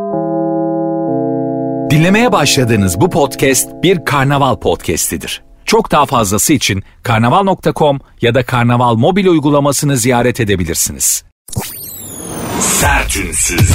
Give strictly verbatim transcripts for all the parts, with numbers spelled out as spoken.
Dinlemeye başladığınız bu podcast bir karnaval podcastidir. Çok daha fazlası için karnaval nokta com ya da karnaval mobil uygulamasını ziyaret edebilirsiniz. Sertünsüz.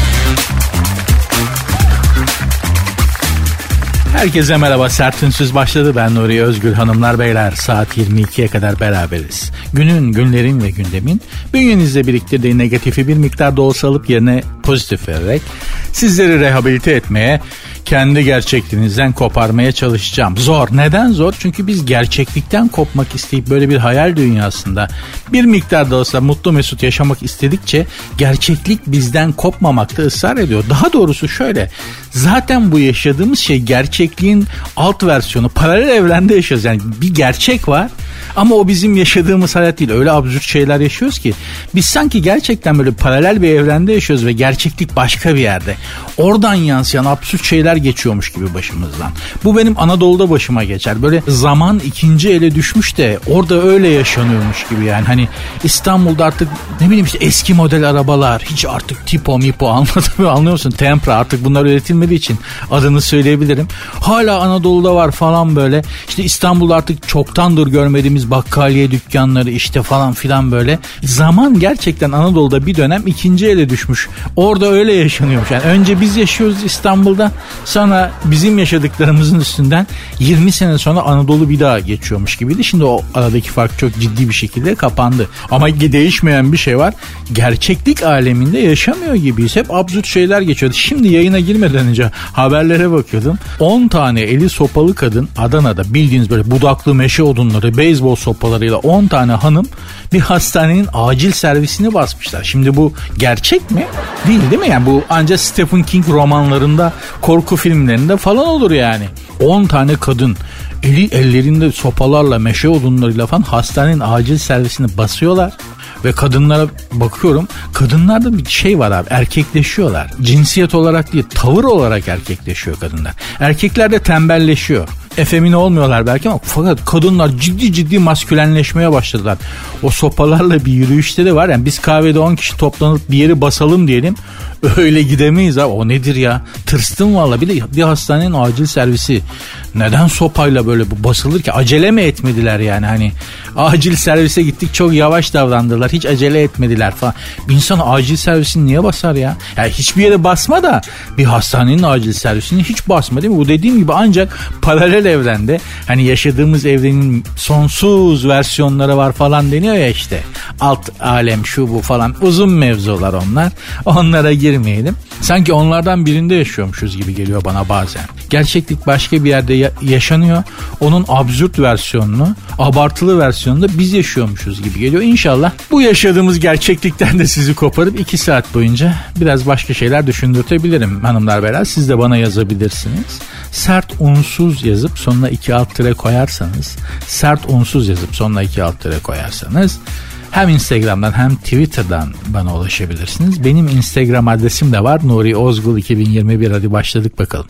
Herkese merhaba, Sertünsüz başladı. Ben Nuri Özgül. Hanımlar beyler, saat yirmi ikiye kadar beraberiz. Günün, günlerin ve gündemin bünyenizde biriktirdiği negatifi bir miktar da olsa alıp yerine pozitif vererek sizleri rehabilite etmeye, kendi gerçekliğinizden koparmaya çalışacağım. Zor. Neden zor? Çünkü biz gerçeklikten kopmak isteyip böyle bir hayal dünyasında bir miktar da olsa mutlu mesut yaşamak istedikçe gerçeklik bizden kopmamakta ısrar ediyor. Daha doğrusu şöyle, zaten bu yaşadığımız şey gerçekliğin alt versiyonu. Paralel evrende yaşıyoruz. Yani bir gerçek var ama o bizim yaşadığımız hayat değil. Öyle absürt şeyler yaşıyoruz ki biz sanki gerçekten böyle paralel bir evrende yaşıyoruz ve gerçeklik başka bir yerde. Oradan yansıyan absürt şeyler geçiyormuş gibi başımızdan. Bu benim Anadolu'da başıma geçer. Böyle zaman ikinci ele düşmüş de orada öyle yaşanıyormuş gibi yani. Hani İstanbul'da artık ne bileyim işte eski model arabalar, hiç artık tipo mipo anlatıyor, anlıyor musun? Tempra, artık bunlar üretilmediği için adını söyleyebilirim. Hala Anadolu'da var falan böyle. İşte İstanbul'da artık çoktandır görmediğimiz bakkaliye dükkanları işte falan filan böyle. Zaman gerçekten Anadolu'da bir dönem ikinci ele düşmüş. Orada öyle yaşanıyormuş. Yani önce biz yaşıyoruz İstanbul'da, sonra bizim yaşadıklarımızın üstünden yirmi sene sonra Anadolu bir daha geçiyormuş gibiydi. Şimdi o aradaki fark çok ciddi bir şekilde kapandı. Ama değişmeyen bir şey var. Gerçeklik aleminde yaşamıyor gibiyiz. Hep absürt şeyler geçiyordu. Şimdi yayına girmeden önce haberlere bakıyordum. on tane eli sopalı kadın Adana'da, bildiğiniz böyle budaklı meşe odunları, beyzbol sopalarıyla on tane hanım bir hastanenin acil servisini basmışlar. Şimdi bu gerçek mi? Değil değil mi? Yani bu ancak Stephen King romanlarında, korku filmlerinde falan olur yani. on tane kadın eli ellerinde sopalarla, meşe odunlarıyla falan hastanenin acil servisini basıyorlar. Ve kadınlara bakıyorum, kadınlarda bir şey var abi, erkekleşiyorlar. Cinsiyet olarak değil, tavır olarak erkekleşiyor kadınlar. Erkekler de tembelleşiyor. Efemine olmuyorlar belki ama fakat kadınlar ciddi ciddi maskülenleşmeye başladılar. O sopalarla bir yürüyüşleri var. Yani biz kahvede on kişi toplanıp bir yeri basalım diyelim. Öyle gidemeyiz abi. O nedir ya? Tırstım valla. Bir de bir hastanenin acil servisi. Neden sopayla böyle bu basılır ki? Acele mi etmediler yani? Hani acil servise gittik, çok yavaş davrandılar. Hiç acele etmediler falan. Bir insan acil servisini niye basar ya? Yani hiçbir yere basma da bir hastanenin acil servisini hiç basma, değil mi? Bu dediğim gibi ancak paralel evrende, hani yaşadığımız evrenin sonsuz versiyonları var falan deniyor ya işte. Alt alem şu bu falan. Uzun mevzular onlar. Onlara girmeyelim. Sanki onlardan birinde yaşıyormuşuz gibi geliyor bana bazen. Gerçeklik başka bir yerde ya- yaşanıyor. Onun absürt versiyonunu, abartılı versiyonunu da biz yaşıyormuşuz gibi geliyor. İnşallah bu yaşadığımız gerçeklikten de sizi koparıp iki saat boyunca biraz başka şeyler düşündürtebilirim hanımlar beyler. Siz de bana yazabilirsiniz. Sert unsuz yazıp sonuna iki alt tire koyarsanız, sert unsuz yazıp sonuna iki alt tire koyarsanız hem Instagram'dan hem Twitter'dan bana ulaşabilirsiniz. Benim Instagram adresim de var, Nuri Ozgul iki bin yirmi bir. Hadi başladık bakalım.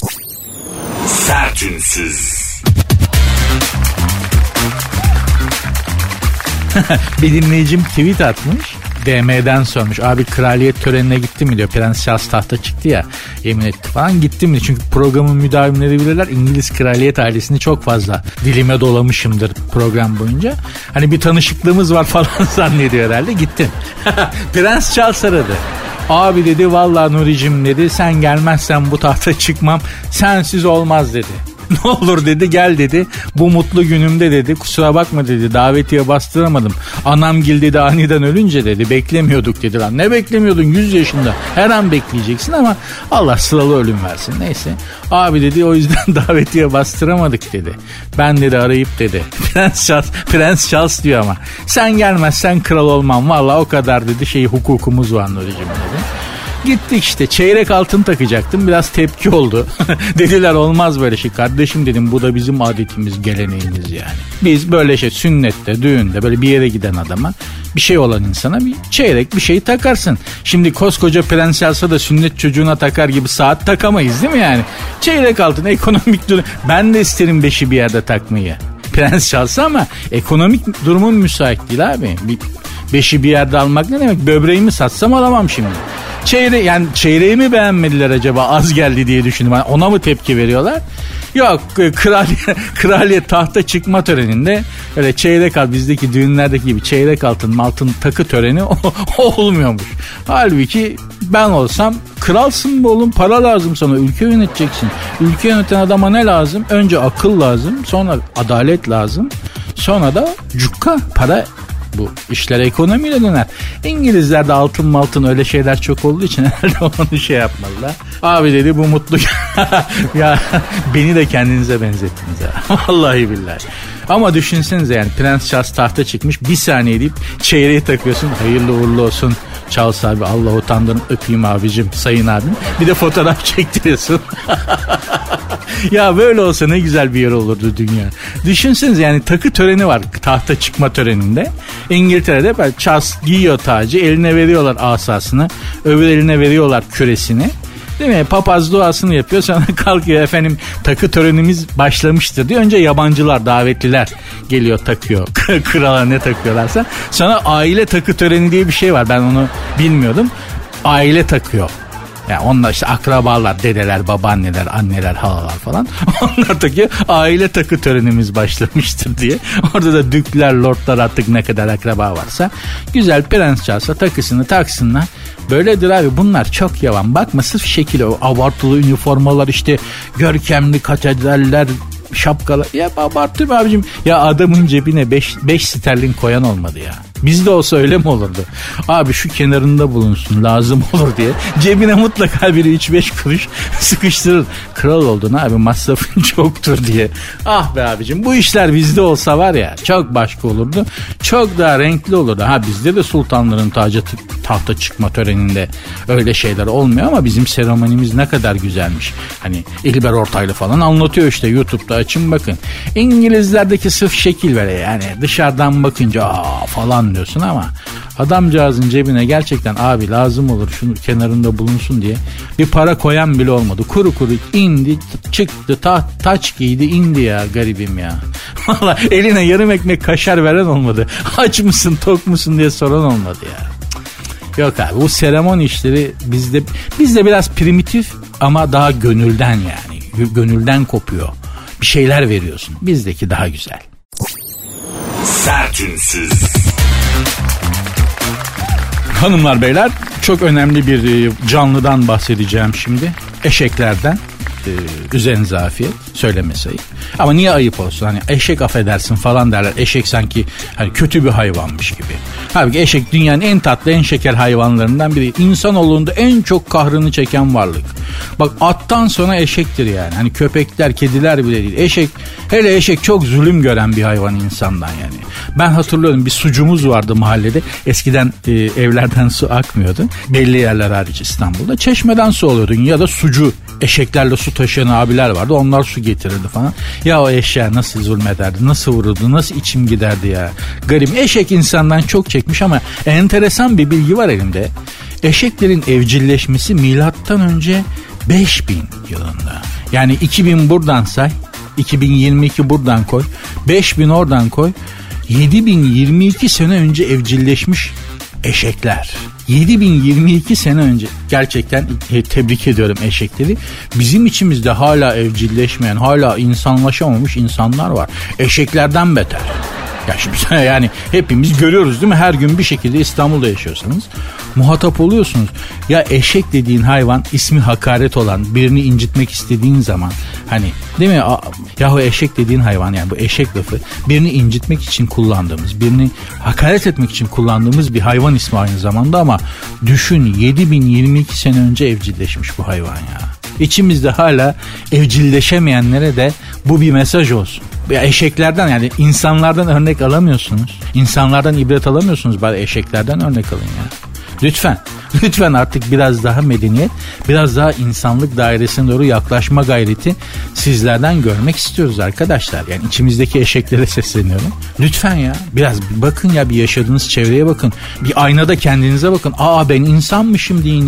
Sertünsüz. Bir dinleyicim tweet atmış. D M'den sormuş. Abi kraliyet törenine gitti mi diyor. Prens Charles tahta çıktı ya, yemin etti falan. Gitti mi? Çünkü programın müdavimleri bilirler. İngiliz kraliyet ailesini çok fazla dilime dolamışımdır program boyunca. Hani bir tanışıklığımız var falan zannediyor herhalde. Gittim. Prens Charles aradı. Abi dedi, vallahi Nuri'cim dedi, sen gelmezsen bu tahta çıkmam. Sensiz olmaz dedi. Ne olur dedi, gel dedi. Bu mutlu günümde dedi, kusura bakma dedi, davetiye bastıramadım. Anamgil dedi aniden ölünce dedi, beklemiyorduk dedi. Lan ne beklemiyordun, yüz yaşında her an bekleyeceksin ama Allah sıralı ölüm versin. Neyse abi dedi, o yüzden davetiye bastıramadık dedi. Ben dedi arayıp dedi, Prens Charles, Prens Charles diyor ama sen gelmezsen kral olmam, vallahi o kadar dedi, şey hukukumuz var Nuri'cim dedi. Gittik işte, çeyrek altın takacaktım, biraz tepki oldu. Dediler olmaz böyle şey kardeşim dedim, bu da bizim adetimiz, geleneğimiz yani. Biz böyle şey sünnette, düğünde böyle bir yere giden adama, bir şey olan insana bir çeyrek bir şey takarsın. Şimdi koskoca Prens Charles'a da sünnet çocuğuna takar gibi saat takamayız değil mi yani? Çeyrek altın ekonomik durum. Ben de isterim beşi bir yerde takmayı, Prens Charles'a, ama ekonomik durumum müsait değil abi. Bir beşi bir yerde almak ne demek? Böbreğimi satsam alamam şimdi. Çeyre yani çeyreği mi beğenmediler acaba, az geldi diye düşündüm. Yani ona mı tepki veriyorlar? Yok, kraliyet, kraliyet tahta çıkma töreninde öyle çeyrek altın, bizdeki düğünlerdeki gibi çeyrek altın altın takı töreni olmuyormuş. Halbuki ben olsam, kralsın mı oğlum, para lazım sana, ülke yöneteceksin. Ülke yöneten adama ne lazım? Önce akıl lazım, sonra adalet lazım, sonra da cukka, para. Bu işler ekonomiyle döner. İngilizlerde altın maltın öyle şeyler çok olduğu için herhalde onu şey yapmalılar. Abi dedi bu mutlu. Ya beni de kendinize benzettiniz ya. Vallahi billahi. Ama düşünsenize yani Prens Charles tahta çıkmış, bir saniye deyip çeyreği takıyorsun. Hayırlı uğurlu olsun Charles abi, Allah utandırın, öpeyim abicim, sayın abim. Bir de fotoğraf çektiriyorsun. Ya böyle olsa ne güzel bir yer olurdu dünya. Düşünsenize yani takı töreni var tahta çıkma töreninde. İngiltere'de böyle Charles giyiyor tacı, eline veriyorlar asasını, öbür eline veriyorlar küresini. Değil mi? Papaz duasını yapıyor, sonra kalkıyor, efendim takı törenimiz başlamıştır diyor. Önce yabancılar, davetliler geliyor, takıyor. Krala ne takıyorlarsa. Sonra aile takı töreni diye bir şey var, ben onu bilmiyordum. Aile takıyor. Yani onlar işte akrabalar, dedeler, babaanneler, anneler, halalar falan. Onlar takıyor. Aile takı törenimiz başlamıştır diye. Orada da dükler, lordlar, artık ne kadar akraba varsa güzel Prens Charles'a takısını taksınlar. Böyledir abi, bunlar çok yavan. Bakma sırf şekil, o abartılı üniformalar, işte görkemli katedraller, şapkalar. Ya abartma abicim. Ya adamın cebine beş sterlin koyan olmadı ya. Bizde olsa öyle mi olurdu? Abi şu kenarında bulunsun, lazım olur diye. Cebine mutlaka biri üç beş kuruş sıkıştırır. Kral oldun abi, masrafın çoktur diye. Ah be abicim, bu işler bizde olsa var ya, çok başka olurdu. Çok daha renkli olurdu. Ha bizde de sultanların tacı tahta çıkma töreninde öyle şeyler olmuyor ama bizim seremonimiz ne kadar güzelmiş. Hani İlber Ortaylı falan anlatıyor işte, YouTube'da açın bakın. İngilizlerdeki sırf şekil vere yani, dışarıdan bakınca aa falan diyorsun ama adamcağızın cebine gerçekten abi lazım olur, şunu kenarında bulunsun diye bir para koyan bile olmadı. Kuru kuru indi çıktı, ta, taç giydi indi ya, garibim ya. Valla eline yarım ekmek kaşar veren olmadı. Aç mısın tok musun diye soran olmadı ya. Yok abi, bu seremoni işleri bizde bizde biraz primitif ama daha gönülden, yani gönülden kopuyor. Bir şeyler veriyorsun. Bizdeki daha güzel. Sertünsüz. Hanımlar beyler, çok önemli bir canlıdan bahsedeceğim şimdi. Eşeklerden. Ee, üzerinize afiyet, söylemesi ayıp. Ama niye ayıp olsun? Hani eşek affedersin falan derler. Eşek sanki hani kötü bir hayvanmış gibi. Halbuki eşek dünyanın en tatlı, en şeker hayvanlarından biri. İnsanoğlunda en çok kahrını çeken varlık. Bak attan sonra eşektir yani. Hani köpekler, kediler bile değil. Eşek, hele eşek çok zulüm gören bir hayvan insandan yani. Ben hatırlıyorum, bir sucumuz vardı mahallede. Eskiden e, evlerden su akmıyordu. Belli yerler hariç İstanbul'da. Çeşmeden su alıyordun ya da sucu. Eşeklerle su taşıyan abiler vardı. Onlar su getirirdi falan. Ya o eşeğe nasıl zulmederdi, nasıl vururdu, nasıl içim giderdi ya. Garip. Eşek insandan çok çekmiş ama enteresan bir bilgi var elimde. Eşeklerin evcilleşmesi milattan önce beş bin yılında. Yani iki bin buradan say, iki bin yirmi iki buradan koy, beş bin oradan koy. yedi bin yirmi iki sene önce evcilleşmiş eşekler. yedi bin yirmi iki sene önce, gerçekten tebrik ediyorum eşekleri. Bizim içimizde hala evcilleşmeyen, hala insanlaşamamış insanlar var. Eşeklerden beter. Ya şimdi yani hepimiz görüyoruz değil mi? Her gün bir şekilde İstanbul'da yaşıyorsanız muhatap oluyorsunuz. Ya eşek dediğin hayvan, ismi hakaret olan, birini incitmek istediğin zaman hani değil mi? Yahu eşek dediğin hayvan, yani bu eşek lafı birini incitmek için kullandığımız, birini hakaret etmek için kullandığımız bir hayvan ismi aynı zamanda ama düşün, yedi bin yirmi iki sene önce evcilleşmiş bu hayvan ya. İçimizde hala evcilleşemeyenlere de bu bir mesaj olsun. Ya eşeklerden, yani insanlardan örnek alamıyorsunuz. İnsanlardan ibret alamıyorsunuz, bari eşeklerden örnek alın ya. Lütfen, lütfen artık biraz daha medeniyet, biraz daha insanlık dairesine doğru yaklaşma gayreti sizlerden görmek istiyoruz arkadaşlar. Yani içimizdeki eşeklere sesleniyorum. Lütfen ya, biraz bakın ya, bir yaşadığınız çevreye bakın. Bir aynada kendinize bakın. Aa ben insanmışım deyin ya.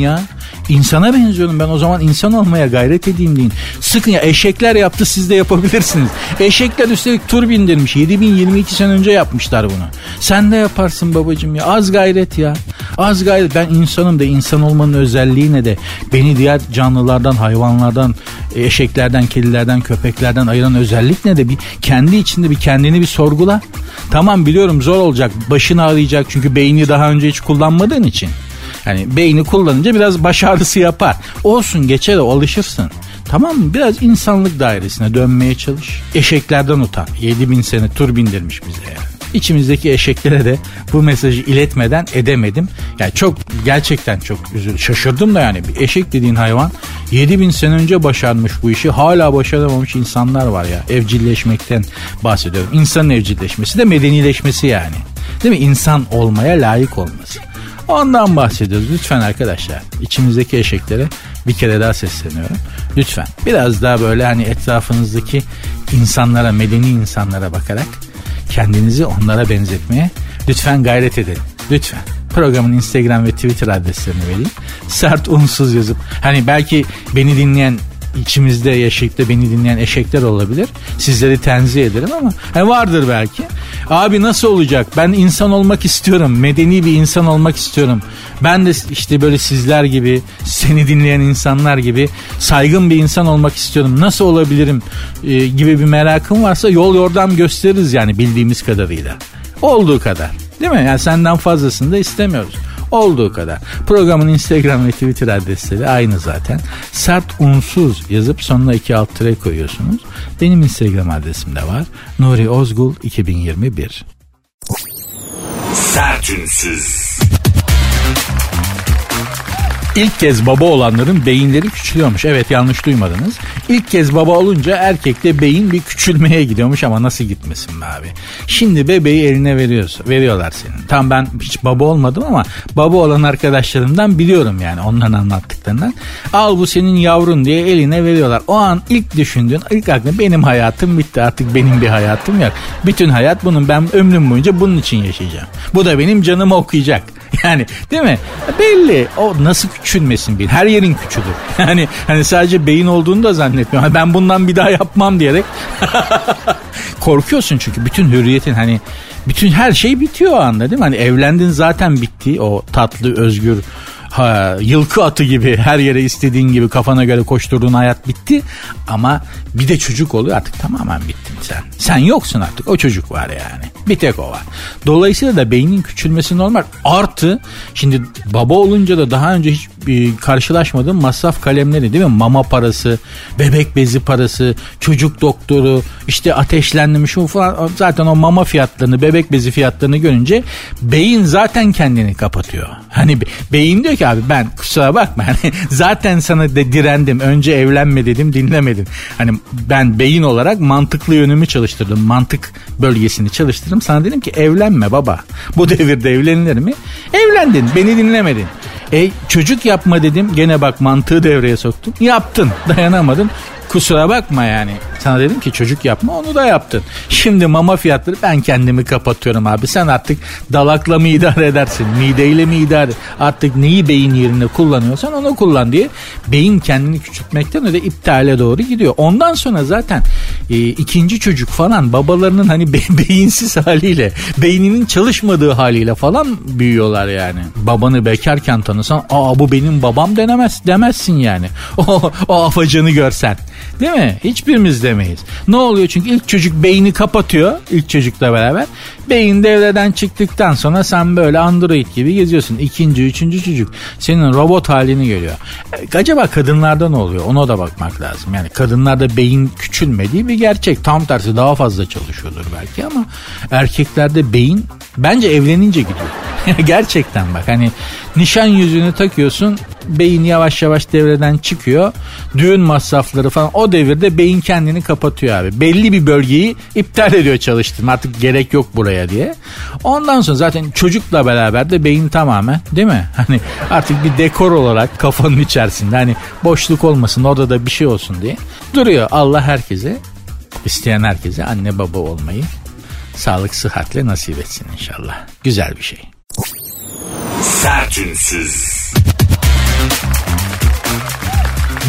İnsana benziyorum ben, o zaman insan olmaya gayret edeyim deyin. Sıkın ya, eşekler yaptı, siz de yapabilirsiniz. Eşekler üstelik tur bindirmiş, yedi bin yirmi iki sene önce yapmışlar bunu. Sen de yaparsın babacığım ya, az gayret ya. Az gayret. Ben insanım da, insan olmanın özelliği ne de beni diğer canlılardan, hayvanlardan, eşeklerden, kedilerden, köpeklerden ayıran özellik ne de bir kendi içinde bir kendini bir sorgula. Tamam biliyorum zor olacak, başın ağrıyacak çünkü beyni daha önce hiç kullanmadığın için. Yani beyni kullanınca biraz baş ağrısı yapar. Olsun, geçer, alışırsın. Tamam mı? Biraz insanlık dairesine dönmeye çalış. Eşeklerden utan. yedi bin sene tur bindirmiş bize yani. İçimizdeki eşeklere de bu mesajı iletmeden edemedim. Yani çok, gerçekten çok üzüldüm. Şaşırdım da yani. Bir eşek dediğin hayvan yedi bin sene önce başarmış bu işi. Hala başaramamış insanlar var ya. Evcilleşmekten bahsediyorum. İnsanın evcilleşmesi de medenileşmesi yani. Değil mi? İnsan olmaya layık olması. Ondan bahsediyoruz. Lütfen arkadaşlar, içimizdeki eşeklere bir kere daha sesleniyorum. Lütfen biraz daha böyle hani etrafınızdaki insanlara, medeni insanlara bakarak kendinizi onlara benzetmeye lütfen gayret edelim. Lütfen. Programın Instagram ve Twitter adreslerini vereyim. Sert unsuz yazıp, hani belki beni dinleyen, İçimizde yaşayıp da beni dinleyen eşekler olabilir. Sizleri tenzih ederim ama hani vardır belki. Abi nasıl olacak? Ben insan olmak istiyorum. Medeni bir insan olmak istiyorum. Ben de işte böyle sizler gibi, seni dinleyen insanlar gibi saygın bir insan olmak istiyorum. Nasıl olabilirim ee, gibi bir merakım varsa yol yordam gösteririz yani, bildiğimiz kadarıyla. Olduğu kadar. Değil mi? Yani senden fazlasını da istemiyoruz. Olduğu kadar. Programın Instagram ve Twitter adresleri aynı zaten. Sert unsuz yazıp sonuna iki alt tire koyuyorsunuz. Benim Instagram adresim de var. Nuri Ozgul iki bin yirmi bir. Sert unsuz. İlk kez baba olanların beyinleri küçülüyormuş. Evet, yanlış duymadınız. İlk kez baba olunca erkekte beyin bir küçülmeye gidiyormuş ama nasıl gitmesin be abi. Şimdi bebeği eline veriyoruz, veriyorlar senin. Tam ben hiç baba olmadım ama baba olan arkadaşlarımdan biliyorum yani, onların anlattıklarından. Al bu senin yavrun diye eline veriyorlar. O an ilk düşündüğün, ilk aklına benim hayatım bitti, artık benim bir hayatım yok. Bütün hayat bunun, ben ömrüm boyunca bunun için yaşayacağım. Bu da benim canımı okuyacak. Yani değil mi? Belli. O nasıl küçülmesin bil. Her yerin küçülür. Yani hani sadece beyin olduğunu da zannetmiyorum. Ben bundan bir daha yapmam diyerek korkuyorsun çünkü bütün hürriyetin, hani bütün her şey bitiyor o anda değil mi? Hani evlendin zaten bitti. O tatlı, özgür, ha, yılkı atı gibi her yere istediğin gibi kafana göre koşturduğun hayat bitti. Ama bir de çocuk oluyor, artık tamamen bittin sen. Sen yoksun artık, o çocuk var yani. Bir tek o var. Dolayısıyla da beynin küçülmesi normal. Artı şimdi baba olunca da daha önce hiç e, karşılaşmadığım masraf kalemleri değil mi? Mama parası, bebek bezi parası, çocuk doktoru, işte ateşlenmiş şu falan. Zaten o mama fiyatlarını, bebek bezi fiyatlarını görünce beyin zaten kendini kapatıyor. Hani beyin diyor ki abi ben kusura bakma hani zaten sana de direndim. Önce evlenme dedim, dinlemedin. Hani ben beyin olarak mantıklı yönümü çalıştırdım. Mantık bölgesini çalıştırdım. Sana dedim ki evlenme baba. Bu devirde evlenilir mi? Evlendin, beni dinlemedin. E çocuk yapma dedim. Gene bak mantığı devreye soktum. Yaptın, dayanamadın. Kusura bakma yani. Sana dedim ki çocuk yapma, onu da yaptın. Şimdi mama fiyatları, ben kendimi kapatıyorum abi. Sen artık dalakla mı idare edersin? Mideyle mi idare? Artık neyi beyin yerine kullanıyorsan onu kullan diye beyin kendini küçültmekten öyle iptale doğru gidiyor. Ondan sonra zaten e, ikinci çocuk falan babalarının hani be- beyinsiz haliyle, beyninin çalışmadığı haliyle falan büyüyorlar yani. Babanı bekarken tanısan, aa bu benim babam denemez, demezsin yani. O, o afacanı görsen. Değil mi? Hiçbirimiz demeyiz. Ne oluyor? Çünkü ilk çocuk beyni kapatıyor. İlk çocukla beraber. Beyin devreden çıktıktan sonra sen böyle android gibi geziyorsun. İkinci, üçüncü çocuk senin robot halini görüyor. Acaba kadınlarda ne oluyor? Ona da bakmak lazım. Yani kadınlarda beyin küçülmediği bir gerçek. Tam tersi daha fazla çalışıyordur belki ama erkeklerde beyin bence evlenince gidiyor. Gerçekten bak hani nişan yüzüğünü takıyorsun, beyin yavaş yavaş devreden çıkıyor. Düğün masrafları falan, o devirde beyin kendini kapatıyor abi. Belli bir bölgeyi iptal ediyor çalıştırma. Artık gerek yok buraya diye. Ondan sonra zaten çocukla beraber de beyin tamamen değil mi? Hani artık bir dekor olarak kafanın içerisinde hani boşluk olmasın, orada da bir şey olsun diye duruyor. Allah herkese, isteyen herkese anne baba olmayı sağlık sıhhatle nasip etsin inşallah. Güzel bir şey. Sertünsüz.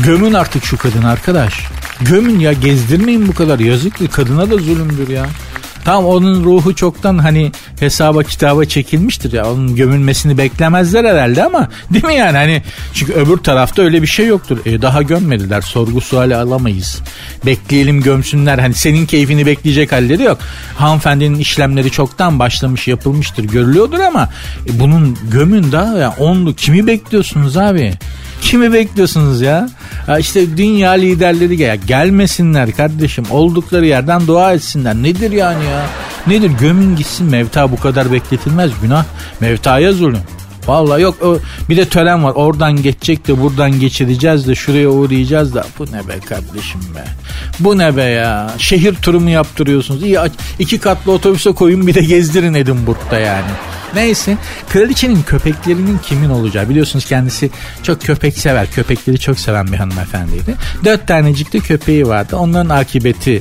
Gömün artık şu kadını arkadaş. Gömün ya, gezdirmeyin bu kadar. Yazık, kadına da zulümdür ya. Tam onun ruhu çoktan hani hesaba kitaba çekilmiştir ya. Onun gömülmesini beklemezler herhalde ama değil mi yani? Hani çünkü öbür tarafta öyle bir şey yoktur. E, daha gömmediler. Sorgu suali alamayız. Bekleyelim gömsünler. Hani senin keyfini bekleyecek halleri yok. Hanımefendinin işlemleri çoktan başlamış, yapılmıştır, görülüyordur ama e, bunun gömün daha ya onlu. Kimi bekliyorsunuz abi? Kimi bekliyorsunuz ya? Ha işte dünya liderleri gel gelmesinler kardeşim. Oldukları yerden dua etsinler. Nedir yani ya? Nedir? Gömün gitsin. Mevta bu kadar bekletilmez. Günah. Mevtaya zulüm. Vallahi yok o, bir de tören var. Oradan geçecek de buradan geçireceğiz de şuraya uğrayacağız da. Bu ne be kardeşim be? Bu ne be ya? Şehir turu mu yaptırıyorsunuz? İyi, iki katlı otobüse koyun bir de gezdirin Edinburgh'da yani. Neyse, kraliçenin köpeklerinin kimin olacağı, biliyorsunuz kendisi çok köpek sever, köpekleri çok seven bir hanımefendiydi. Dört tanecik de köpeği vardı, onların akıbeti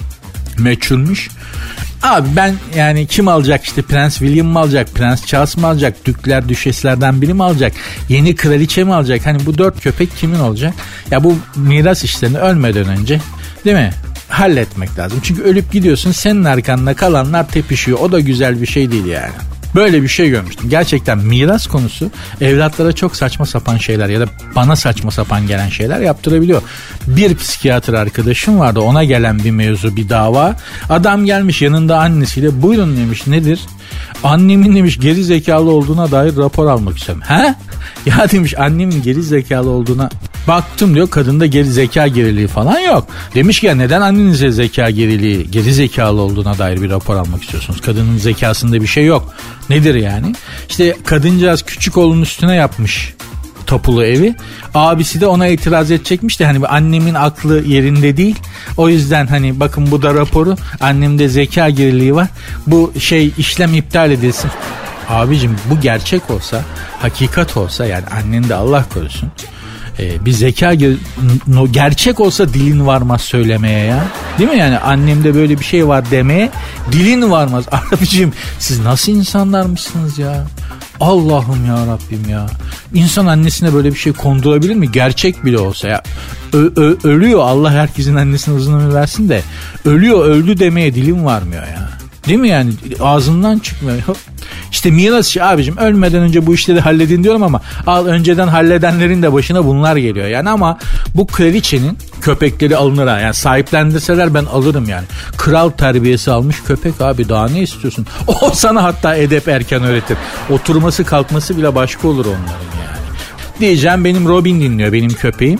meçhulmüş. Abi ben yani kim alacak, işte Prens William mı alacak, Prens Charles mı alacak, dükler düşeslerden biri mi alacak, yeni kraliçe mi alacak, hani bu dört köpek kimin olacak? Ya bu miras işlerini ölmeden önce değil mi halletmek lazım, çünkü ölüp gidiyorsun, senin arkanda kalanlar tepişiyor, o da güzel bir şey değil yani. Böyle bir şey görmüştüm. Gerçekten miras konusu evlatlara çok saçma sapan şeyler ya da bana saçma sapan gelen şeyler yaptırabiliyor. Bir psikiyatr arkadaşım vardı, ona gelen bir mevzu, bir dava. Adam gelmiş yanında annesiyle, buyurun demiş, nedir? Annemin demiş geri zekalı olduğuna dair rapor almak istiyorum. He? Ya demiş annemin geri zekalı olduğuna baktım diyor, kadında geri zeka geriliği falan yok. Demiş ki ya neden annenize zeka geriliği, geri zekalı olduğuna dair bir rapor almak istiyorsunuz? Kadının zekasında bir şey yok. Nedir yani? İşte kadıncağız küçük oğlunun üstüne yapmış tapulu evi. Abisi de ona itiraz edecekmiş de hani annemin aklı yerinde değil. O yüzden hani bakın bu da raporu, annemde zeka geriliği var. Bu şey işlem iptal edilsin. Abicim bu gerçek olsa, hakikat olsa, yani annen de Allah korusun, Ee, bir zeka ger- gerçek olsa dilin varmaz söylemeye ya. Değil mi yani, annemde böyle bir şey var demeye dilin varmaz. Abicim siz nasıl insanlarmışsınız ya? Allah'ım ya Rabbim ya. İnsan annesine böyle bir şey kondurabilir mi? Gerçek bile olsa ya. Ö- ö- ölüyor, Allah herkesin annesine uzun ömür versin de. Ölüyor, öldü demeye dilim varmıyor ya. Değil mi yani, ağzından çıkmıyor. İşte miras işi abicim, ölmeden önce bu işleri halledin diyorum ama al, önceden halledenlerin de başına bunlar geliyor yani. Ama bu kraliçenin köpekleri alınır ha, yani sahiplendirseler ben alırım yani. Kral terbiyesi almış köpek abi, daha ne istiyorsun? O sana hatta edep erken öğretir. Oturması kalkması bile başka olur onların yani. Diyeceğim benim Robin dinliyor, benim köpeğim.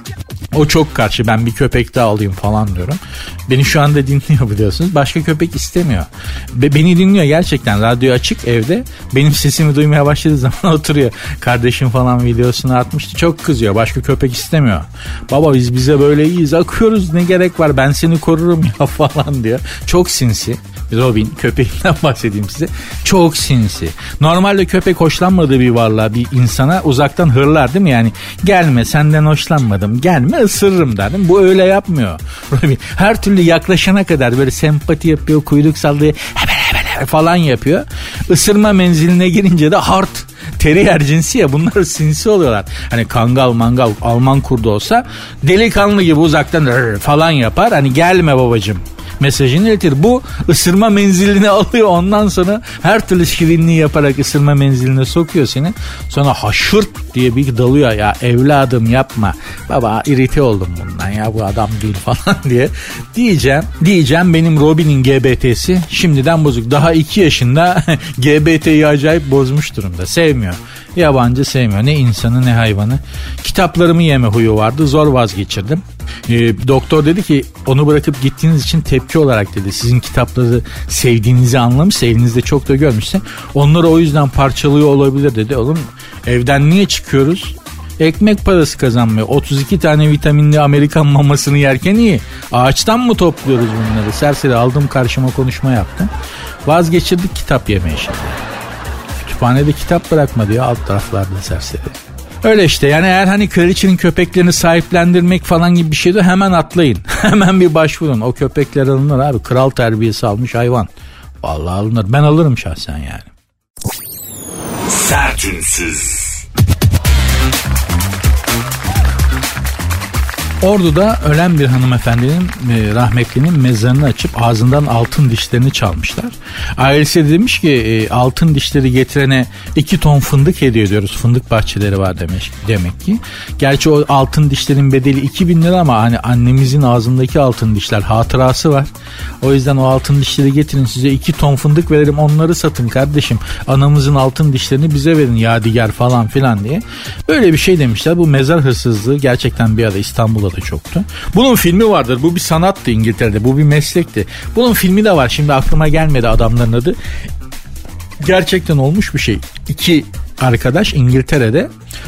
O çok karşı, ben bir köpek daha alayım falan diyorum. Beni şu anda dinliyor biliyorsunuz. Başka köpek istemiyor. Be- beni dinliyor gerçekten. Radyo açık evde. Benim sesimi duymaya başladığı zaman oturuyor. Kardeşim falan videosunu atmıştı. Çok kızıyor. Başka köpek istemiyor. Baba biz bize böyle iyiyiz. Akıyoruz, ne gerek var, ben seni korurum ya falan diyor. Çok sinsi. Robin köpeğinden bahsedeyim size. Çok sinsi. Normalde köpek hoşlanmadığı bir varlığa, bir insana uzaktan hırlar değil mi? Yani gelme, senden hoşlanmadım, gelme ısırırım derdim. Bu öyle yapmıyor. Robin her türlü yaklaşana kadar böyle sempati yapıyor, kuyruk sallıyor, hemen hemen falan yapıyor. Isırma menziline girince de hard. Terrier cinsi ya, bunlar sinsi oluyorlar. Hani kangal mangal Alman kurdu olsa delikanlı gibi uzaktan falan yapar. Hani gelme babacığım mesajını iletir. Bu ısırma menziline alıyor, ondan sonra her türlü şirinliği yaparak ısırma menziline sokuyor seni. Sonra haşırt diye bir dalıyor, ya evladım yapma. Baba irite oldum bundan ya, bu adam değil falan diye. Diyeceğim, diyeceğim benim Robin'in G B T'si şimdiden bozuk. Daha iki yaşında G B T'yi acayip bozmuş durumda. Sevmiyor. Yabancı sevmiyor. Ne insanı ne hayvanı. Kitaplarımı yeme huyu vardı. Zor vazgeçirdim. Ee, doktor dedi ki onu bırakıp gittiğiniz için tepki olarak dedi, sizin kitapları sevdiğinizi anlamışsa, elinizde çok da görmüşse onları o yüzden parçalıyor olabilir dedi. Oğlum evden niye çıkıyoruz? Ekmek parası kazanmıyor. otuz iki tane vitaminli Amerikan mamasını yerken iyi. Ağaçtan mı topluyoruz bunları? Serseri aldım karşıma, konuşma yaptım. Vazgeçirdik kitap yeme işini. Kütüphanede kitap bırakma diyor alt taraflarda serseri. Öyle işte yani, eğer hani kraliçenin köpeklerini sahiplendirmek falan gibi bir şeydi, hemen atlayın. Hemen bir başvurun. O köpekler alınır abi. Kral terbiyesi almış hayvan. Vallahi alınır. Ben alırım şahsen yani. Sertünsüz. Ordu'da ölen bir hanımefendinin e, rahmetlinin mezarını açıp ağzından altın dişlerini çalmışlar. Ailesi demiş ki e, altın dişleri getirene iki ton fındık hediye ediyoruz. Fındık bahçeleri var demiş, demek ki. Gerçi o altın dişlerin bedeli iki bin lira ama hani annemizin ağzındaki altın dişler hatırası var. O yüzden o altın dişleri getirin, size iki ton fındık verelim, onları satın kardeşim. Anamızın altın dişlerini bize verin yadigar falan filan diye. Böyle bir şey demişler. Bu mezar hırsızlığı gerçekten bir ara İstanbul'da da çoktu. Bunun filmi vardır. Bu bir sanattı İngiltere'de. Bu bir meslekti. Bunun filmi de var. Şimdi aklıma gelmedi adamların adı. Gerçekten olmuş bir şey. İki arkadaş İngiltere'de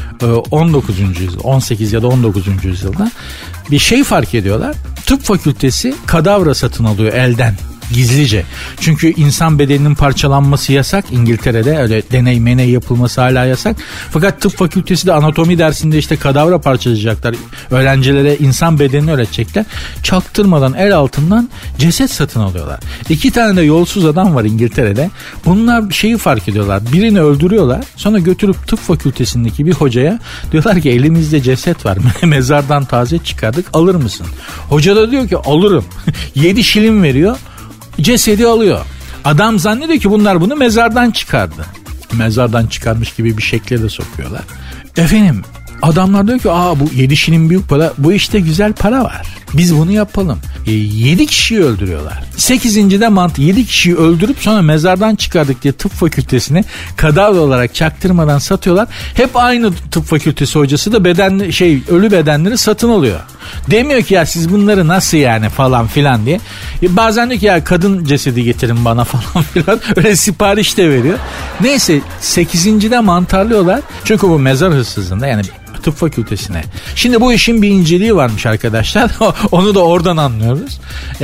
on dokuzuncu yüzyıl, on sekiz ya da on dokuzuncu yüzyılda bir şey fark ediyorlar. Tıp fakültesi kadavra satın alıyor elden. Gizlice. Çünkü insan bedeninin parçalanması yasak İngiltere'de, öyle deney meney yapılması hala yasak. Fakat tıp fakültesi de anatomi dersinde işte kadavra parçalayacaklar. Öğrencilere insan bedenini öğretecekler. Çaktırmadan el altından ceset satın alıyorlar. İki tane de yolsuz adam var İngiltere'de. Bunlar bir şeyi fark ediyorlar. Birini öldürüyorlar. Sonra götürüp tıp fakültesindeki bir hocaya diyorlar ki elimizde ceset var. Mezardan taze çıkardık, alır mısın? Hoca da diyor ki alırım. Yedi şilin veriyor. Cesedi alıyor. Adam zannediyor ki bunlar bunu mezardan çıkardı. Mezardan çıkarmış gibi bir şekle de sokuyorlar. Efendim adamlar diyor ki aa bu yedi şilin büyük para, bu işte güzel para var. Biz bunu yapalım. E, yedi kişiyi öldürüyorlar. sekizinci de mantı yedi kişiyi öldürüp sonra mezardan çıkardık diye tıp fakültesine kadavra olarak çaktırmadan satıyorlar. Hep aynı tıp fakültesi hocası da beden şey ölü bedenleri satın alıyor. Demiyor ki ya siz bunları nasıl yani falan filan diye. E, bazen diyor ki ya kadın cesedi getirin bana falan filan. Öyle sipariş de veriyor. Neyse sekizinci de mantarlıyorlar. Çünkü bu mezar hırsızlığında yani tıp fakültesine. Şimdi bu işin bir inceliği varmış arkadaşlar. Onu da oradan anlıyoruz.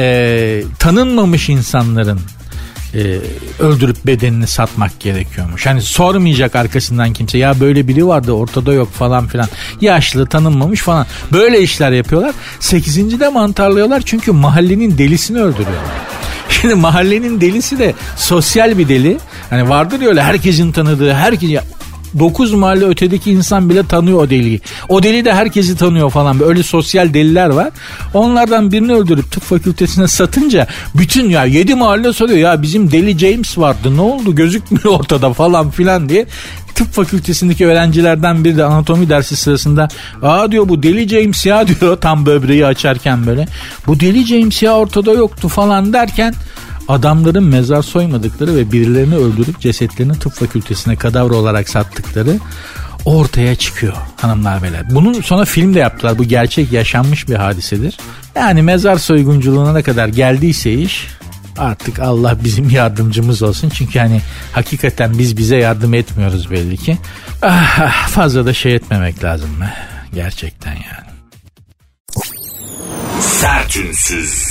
Ee, tanınmamış insanların e, öldürüp bedenini satmak gerekiyormuş. Hani sormayacak arkasından kimse. Ya böyle biri vardı ortada yok falan filan. Yaşlı tanınmamış falan. Böyle işler yapıyorlar. Sekizinci de mantarlıyorlar çünkü mahallenin delisini öldürüyorlar. Şimdi mahallenin delisi de sosyal bir deli. Hani vardır ya öyle herkesin tanıdığı, herkes dokuz mahalle ötedeki insan bile tanıyor o deliyi. O deli de herkesi tanıyor falan. Böyle sosyal deliler var. Onlardan birini öldürüp tıp fakültesine satınca bütün ya yedi mahalle soruyor. Ya bizim deli James vardı. Ne oldu? Gözükmüyor ortada falan filan diye. Tıp fakültesindeki öğrencilerden biri de anatomi dersi sırasında aa diyor bu deli James ya diyor tam böbreği açarken böyle. Bu deli James ya ortada yoktu falan derken adamların mezar soymadıkları ve birilerini öldürüp cesetlerini tıp fakültesine kadavra olarak sattıkları ortaya çıkıyor hanımlar beyler. Bunun sonra film de yaptılar. Bu gerçek yaşanmış bir hadisedir. Yani mezar soygunculuğuna ne kadar geldiyse iş artık Allah bizim yardımcımız olsun. Çünkü hani hakikaten biz bize yardım etmiyoruz belli ki. Ah, fazla da şey etmemek lazım mı? Gerçekten yani. Sertünsüz.